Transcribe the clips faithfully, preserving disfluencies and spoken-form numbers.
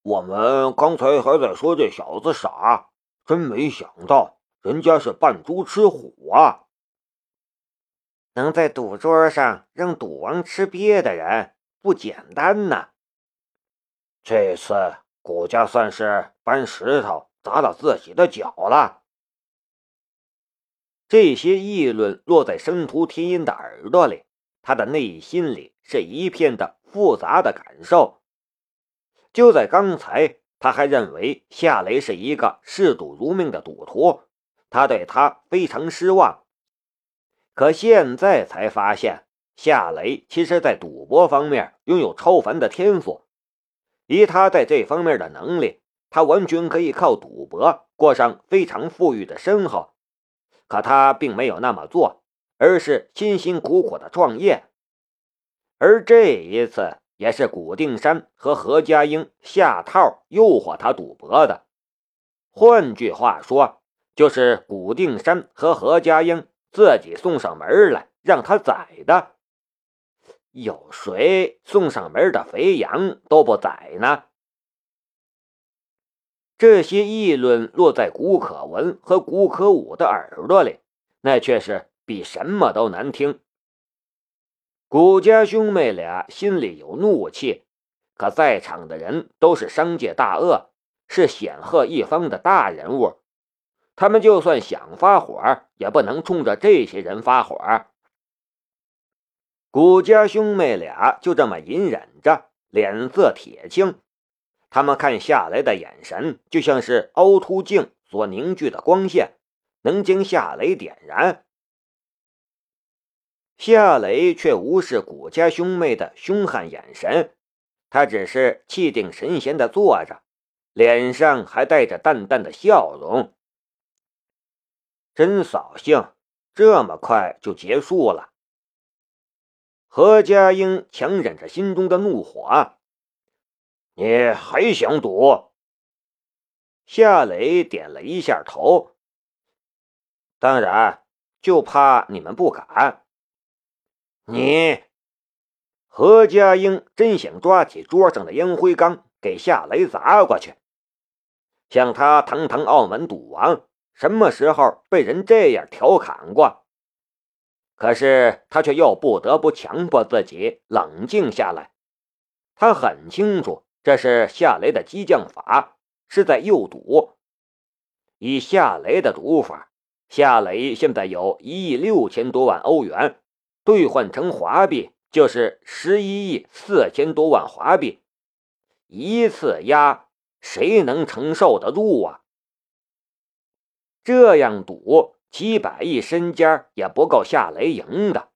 我们刚才还在说这小子傻，真没想到人家是扮猪吃虎啊！ 能在赌桌上让赌王吃瘪的人不简单呐。 这次谷家算是搬石头砸到自己的脚了。 这些议论落在申屠天音的耳朵里，他的内心里是一片的复杂的感受。就在刚才，他还认为夏雷是一个嗜赌如命的赌徒，他对他非常失望。可现在才发现，夏雷其实在赌博方面拥有超凡的天赋。以他在这方面的能力，他完全可以靠赌博过上非常富裕的生活。可他并没有那么做，而是辛辛苦苦的创业。而这一次也是古定山和何家英下套诱惑他赌博的。换句话说，就是古定山和何家英自己送上门来让他宰的。有谁送上门的肥羊都不宰呢？这些议论落在古可文和古可武的耳朵里，那却是比什么都难听。古家兄妹俩心里有怒气，可在场的人都是商界大鳄，是显赫一方的大人物，他们就算想发火，也不能冲着这些人发火。古家兄妹俩就这么隐忍着，脸色铁青。他们看夏雷的眼神就像是凹凸镜所凝聚的光线，能将夏雷点燃。夏雷却无视古家兄妹的凶悍眼神，他只是气定神闲地坐着，脸上还带着淡淡的笑容。真扫兴，这么快就结束了。何家英强忍着心中的怒火， 你还想赌？ 夏雷点了一下头。当然，就怕你们不敢。 你…… 何家英真想抓起桌上的烟灰缸给夏雷砸过去。像他堂堂澳门赌王，什么时候被人这样调侃过？可是他却又不得不强迫自己冷静下来。他很清楚，这是夏雷的激将法，是在诱赌。以夏雷的赌法，夏雷现在有一亿六千多万欧元，兑换成华币就是十一亿四千多万华币。一次压，谁能承受得住啊？这样赌，几百亿身家也不够夏雷赢的。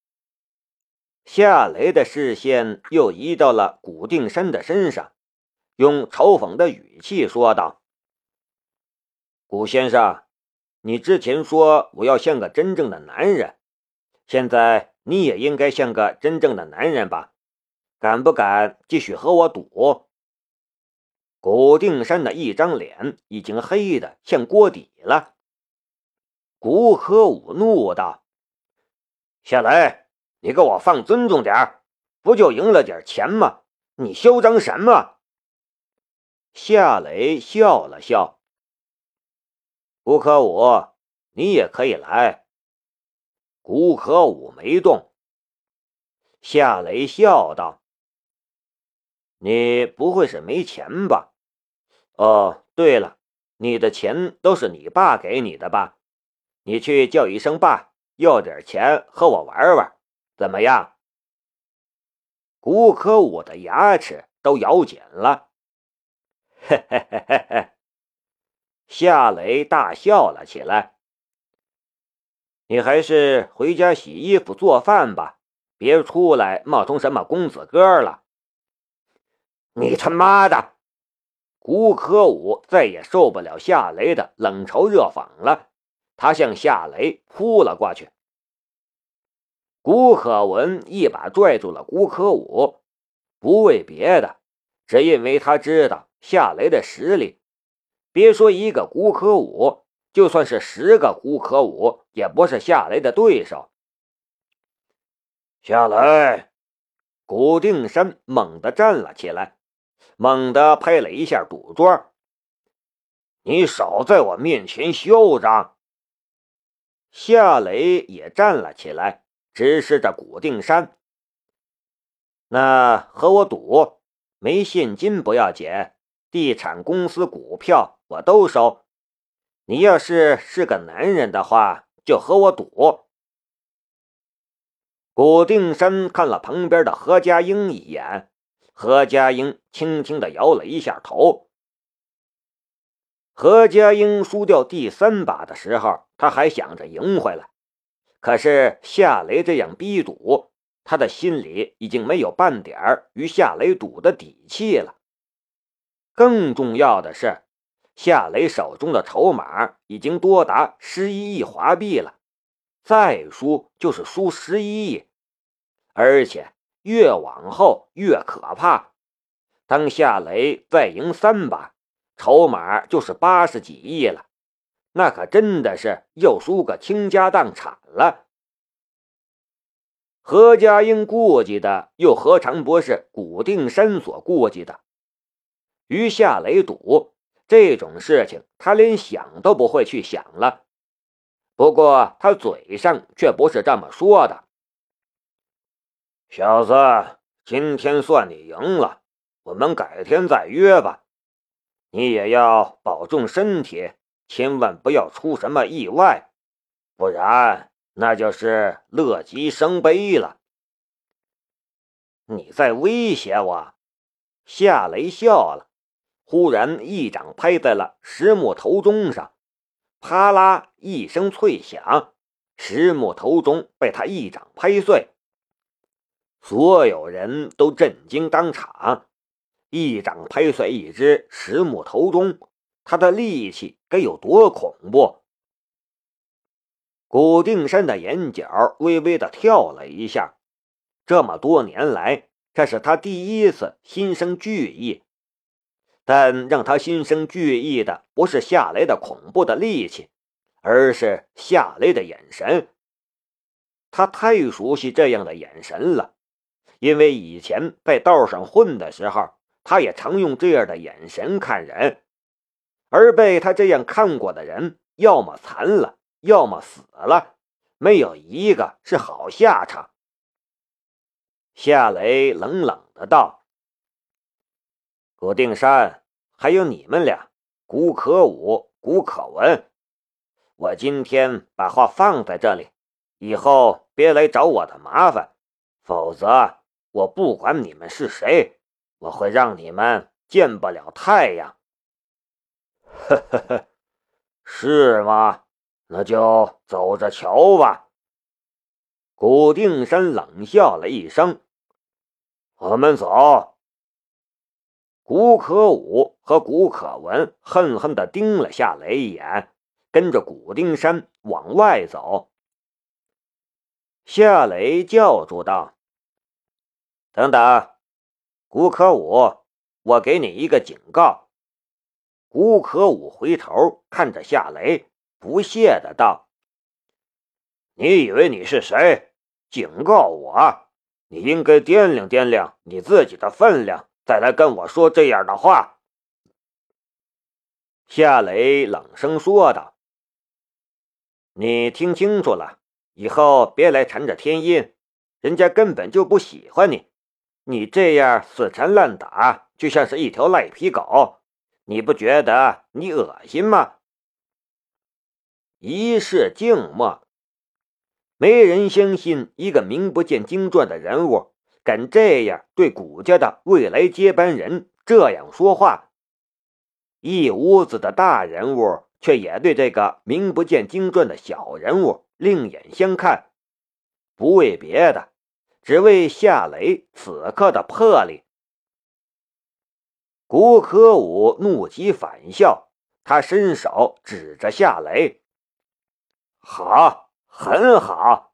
夏雷的视线又移到了古定山的身上，用嘲讽的语气说道：古先生，你之前说我要像个真正的男人，现在你也应该像个真正的男人吧？敢不敢继续和我赌？古定山的一张脸已经黑得像锅底了。古可武怒道：夏雷，你给我放尊重点，不就赢了点钱吗？你嚣张什么？夏雷笑了笑：古可武，你也可以来。古可武没动。夏雷笑道：你不会是没钱吧？哦，对了，你的钱都是你爸给你的吧？你去叫一声爸，要点钱和我玩玩，怎么样？古可武的牙齿都咬紧了。嘿嘿嘿嘿嘿！夏雷大笑了起来。你还是回家洗衣服做饭吧，别出来冒充什么公子哥了。 你他妈的！ 古可武再也受不了夏雷的冷嘲热讽了，他向夏雷扑了过去。古可文一把拽住了古可武，不为别的，只因为他知道夏雷的实力。别说一个古可武，就算是十个古可武，也不是夏雷的对手。 夏雷！ 古定山猛地站了起来， 猛地拍了一下赌桌：“你少在我面前嚣张！”夏雷也站了起来，直视着古定山：“那和我赌，没现金不要紧，地产公司股票我都收。你要是是个男人的话，就和我赌。”古定山看了旁边的何家英一眼，何家英轻轻地摇了一下头。何家英输掉第三把的时候，他还想着赢回来，可是夏雷这样逼赌，他的心里已经没有半点儿与夏雷赌的底气了。更重要的是，夏雷手中的筹码已经多达十一亿华币了，再输就是输十一亿，而且越往后越可怕。当夏雷再赢三把，筹码就是八十几亿了，那可真的是又输个倾家荡产了。何家英顾忌的又何尝不是古定山所顾忌的？与夏雷赌这种事情，他连想都不会去想了。不过他嘴上却不是这么说的：“小子，今天算你赢了，我们改天再约吧。你也要保重身体，千万不要出什么意外，不然那就是乐极生悲了。”“你在威胁我？”夏雷笑了，忽然一掌拍在了石木头钟上，啪啦一声脆响，石木头钟被他一掌拍碎。所有人都震惊当场，一掌拍碎一只石木头钟，他的力气该有多恐怖？古定山的眼角微微的跳了一下，这么多年来，这是他第一次心生惧意。但让他心生惧意的不是夏雷的恐怖的力气，而是夏雷的眼神。他太熟悉这样的眼神了，因为以前在道上混的时候，他也常用这样的眼神看人，而被他这样看过的人，要么残了，要么死了，没有一个是好下场。夏雷冷冷的道：“古定山，还有你们俩，古可武、古可文，我今天把话放在这里，以后别来找我的麻烦，否则我不管你们是谁，我会让你们见不了太阳。”“呵呵呵，是吗？那就走着瞧吧。”古定山冷笑了一声：“我们走。”古可武和古可文恨恨地盯了夏雷一眼，跟着古定山往外走。夏雷叫住道：“等等，古可武，我给你一个警告。”古可武回头看着夏雷，不屑的道：“你以为你是谁？警告我？你应该掂量掂量你自己的分量，再来跟我说这样的话。”夏雷冷声说道：“你听清楚了，以后别来缠着天音，人家根本就不喜欢你。你这样死缠烂打，就像是一条赖皮狗，你不觉得你恶心吗？”一世静默，没人相信一个名不见经传的人物敢这样对古家的未来接班人这样说话。一屋子的大人物却也对这个名不见经传的小人物另眼相看，不为别的，只为夏雷此刻的魄力。古可武怒极反笑，他伸手指着夏雷：“好，很好。”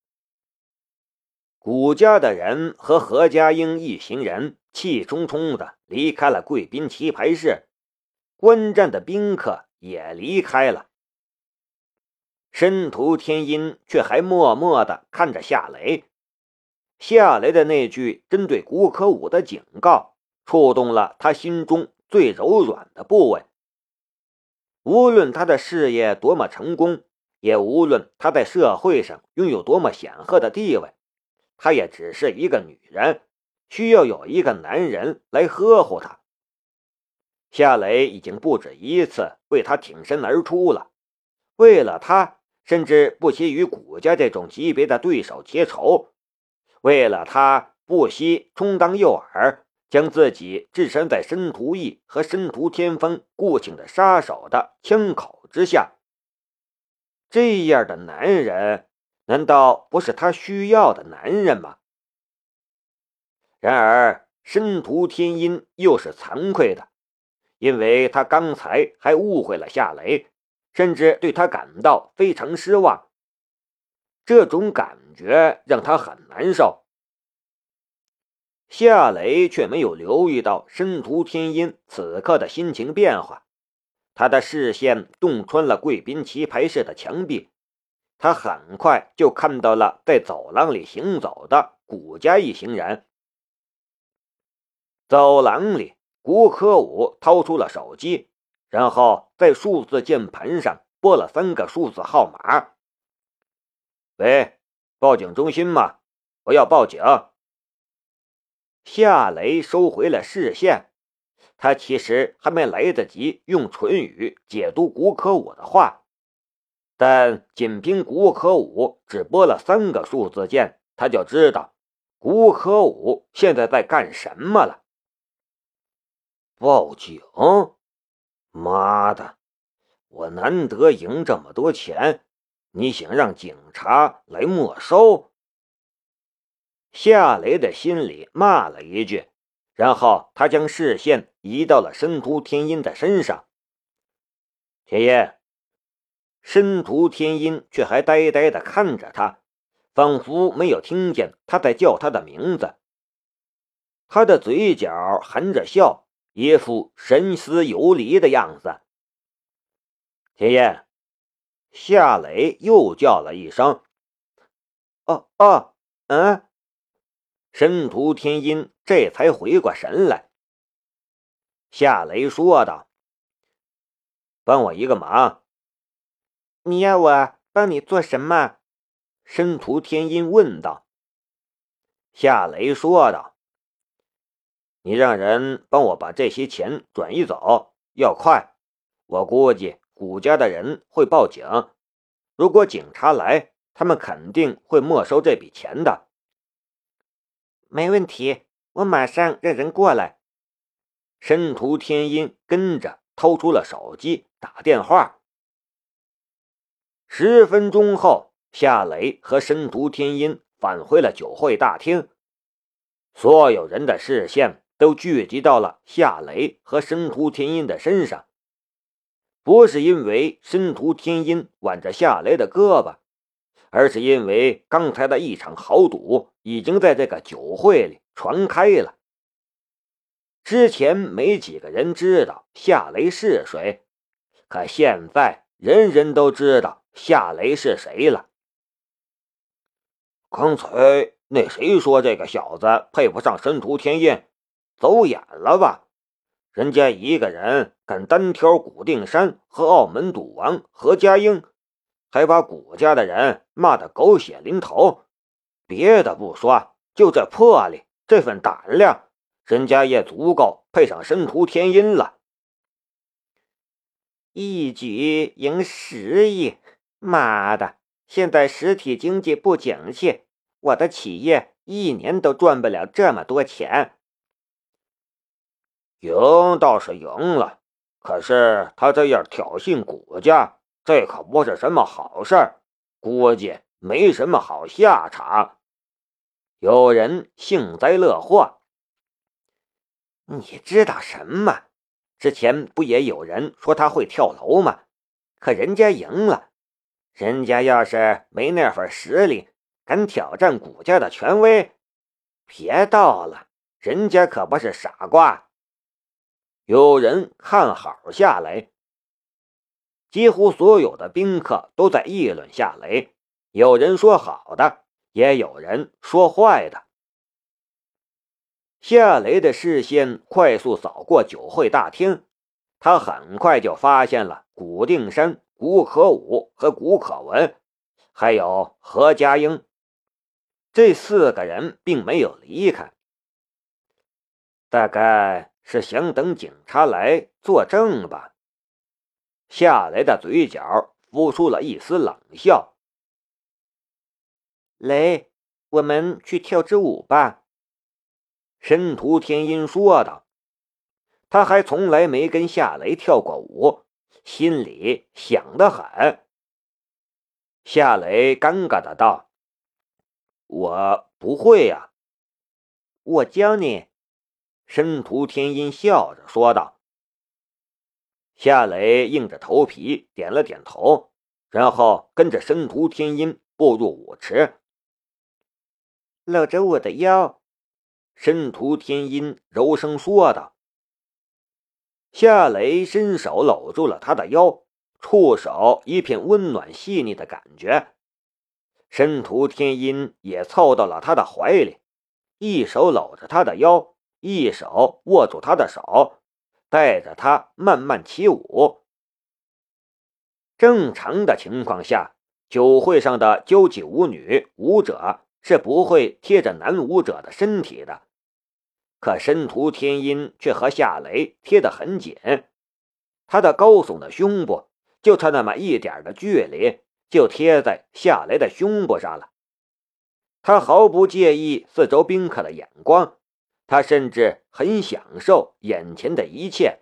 古家的人和何家英一行人气冲冲地离开了贵宾棋牌室，观战的宾客也离开了。申屠天音却还默默地看着夏雷。夏雷的那句针对古可武的警告， 触动了他心中最柔软的部位。无论他的事业多么成功，也无论他在社会上拥有多么显赫的地位，她也只是一个女人，需要有一个男人来呵护她。夏雷已经不止一次为她挺身而出了，为了她，甚至不惜与谷家这种级别的对手结仇，为了她不惜充当诱饵，将自己置身在申屠义和申屠天风顾请的杀手的枪口之下。这样的男人，难道不是他需要的男人吗？然而申屠天音又是惭愧的，因为他刚才还误会了夏雷，甚至对他感到非常失望。这种感觉让他很难受。夏雷却没有留意到申屠天音此刻的心情变化，他的视线洞穿了贵宾棋牌室的墙壁，他很快就看到了在走廊里行走的谷家一行人。走廊里，谷可武掏出了手机，然后在数字键盘上拨了三个数字号码。喂，报警中心吗？我要报警。夏雷收回了视线，他其实还没来得及用唇语解读谷可武的话，但仅凭谷可武只拨了三个数字键，他就知道谷可武现在在干什么了。 报警？妈的，我难得赢这么多钱，你想让警察来没收？ 夏雷的心里骂了一句，然后他将视线移到了申屠天音的身上。天音。申屠天音却还呆呆地看着他，仿佛没有听见他在叫他的名字。他的嘴角含着笑，一副神思游离的样子。天音。夏雷又叫了一声。哦哦，嗯。申屠天音这才回过神来。夏雷说道：“帮我一个忙。” 你要我帮你做什么？ 申屠天音问道。夏雷说道：“你让人帮我把这些钱转移走，要快。我估计谷家的人会报警，如果警察来，他们肯定会没收这笔钱的。” 没问题，我马上让人过来。 申屠天音跟着掏出了手机打电话。十分钟后，夏雷和申屠天音返回了酒会大厅，所有人的视线都聚集到了夏雷和申屠天音的身上，不是因为申屠天音挽着夏雷的胳膊，而是因为刚才的一场豪赌已经在这个酒会里传开了。之前没几个人知道夏雷是谁，可现在人人都知道夏雷是谁了。 刚才那谁说这个小子配不上申屠天音，走眼了吧？人家一个人敢单挑古定山和澳门赌王何家英，还把谷家的人骂得狗血淋头。别的不说，就这魄力，这份胆量，人家也足够配上申屠天音了。 一举赢十亿，妈的！现在实体经济不景气，我的企业一年都赚不了这么多钱。 赢倒是赢了，可是他这样挑衅谷家，这可不是什么好事儿，估计没什么好下场。 有人幸灾乐祸。 你知道什么？之前不也有人说他会跳楼吗？可人家赢了，人家要是没那份实力，敢挑战谷家的权威，别闹了，人家可不是傻瓜。 有人看好夏雷，几乎所有的宾客都在议论夏雷，有人说好的，也有人说坏的。 夏雷的视线快速扫过酒会大厅，他很快就发现了古定山、古可武和古可文，还有何家英。这四个人并没有离开，大概是想等警察来作证吧。夏雷的嘴角浮出了一丝冷笑。 雷，我们去跳支舞吧。 申屠天音说道。他还从来没跟夏雷跳过舞，心里想得很。夏雷尴尬的道：我不会呀。 我教你。 申屠天音笑着说道。夏雷硬着头皮点了点头，然后跟着申屠天音步入舞池。 搂着我的腰， 申屠天音柔声说道。夏雷伸手搂住了他的腰，触手一片温暖细腻的感觉。申屠天音也凑到了他的怀里，一手搂着他的腰，一手握住他的手，带着他慢慢起舞。正常的情况下，酒会上的交际舞女舞者是不会贴着男舞者的身体的，可申屠天音却和夏雷贴得很紧，他的高耸的胸部就差那么一点的距离，就贴在夏雷的胸部上了。他毫不介意四周宾客的眼光，他甚至很享受眼前的一切。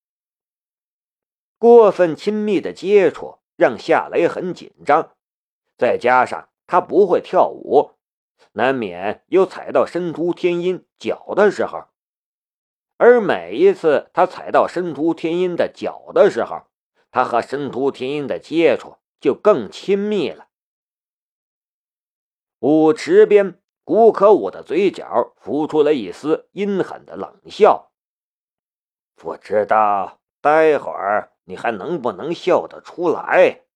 过分亲密的接触让夏雷很紧张，再加上他不会跳舞，难免有踩到申屠天音脚的时候。而每一次他踩到申屠天音的脚的时候，他和申屠天音的接触就更亲密了。舞池边，古可武的嘴角浮出了一丝阴狠的冷笑。不知道待会儿你还能不能笑得出来？